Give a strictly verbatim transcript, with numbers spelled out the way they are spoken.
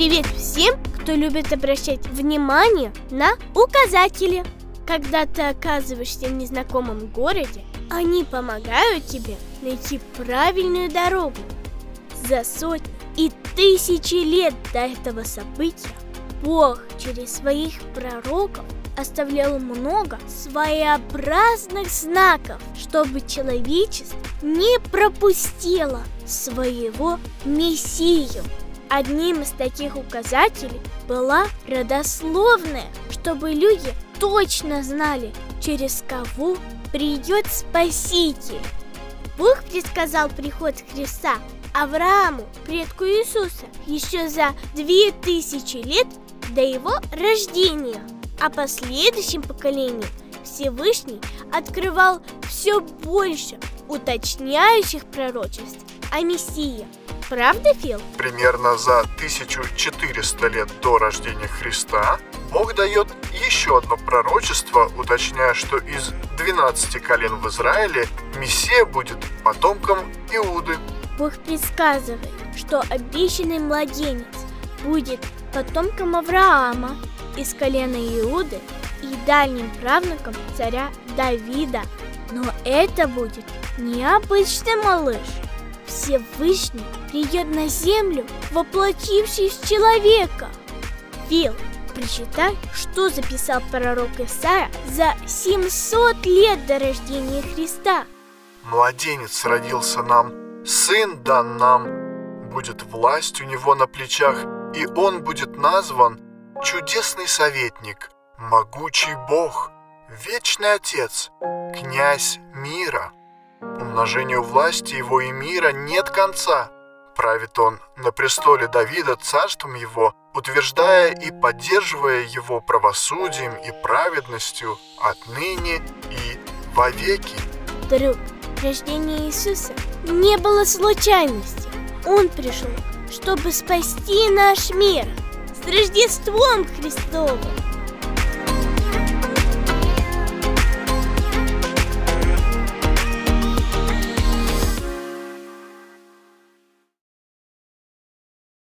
Привет всем, кто любит обращать внимание на указатели. Когда ты оказываешься в незнакомом городе, они помогают тебе найти правильную дорогу. За сотни и тысячи лет до этого события Бог через своих пророков оставлял много своеобразных знаков, чтобы человечество не пропустило своего Мессию. Одним из таких указателей была родословная, чтобы люди точно знали, через кого придет Спаситель. Бог предсказал приход Христа Аврааму, предку Иисуса, еще за две тысячи лет до его рождения. А последующим поколениям Всевышний открывал все больше уточняющих пророчеств о Мессии. Правда, Фил? Примерно за тысячу четыреста лет до рождения Христа Бог дает еще одно пророчество, уточняя, что из двенадцати колен в Израиле Мессия будет потомком Иуды. Бог предсказывает, что обещанный младенец будет потомком Авраама из колена Иуды и дальним правнуком царя Давида. Но это будет необычный малыш. Всевышний придет на землю, воплотившись в человека. Фил, прочитай, что записал пророк Исайя за семьсот лет до рождения Христа. Младенец родился нам, сын дан нам, будет власть у него на плечах, и он будет назван Чудесный советник, Могучий Бог, Вечный Отец, Князь мира. Умножению власти его и мира нет конца. Правит он на престоле Давида царством его, утверждая и поддерживая его правосудием и праведностью отныне и вовеки. Друг, рождение Иисуса не было случайностью. Он пришел, чтобы спасти наш мир. С Рождеством Христовым!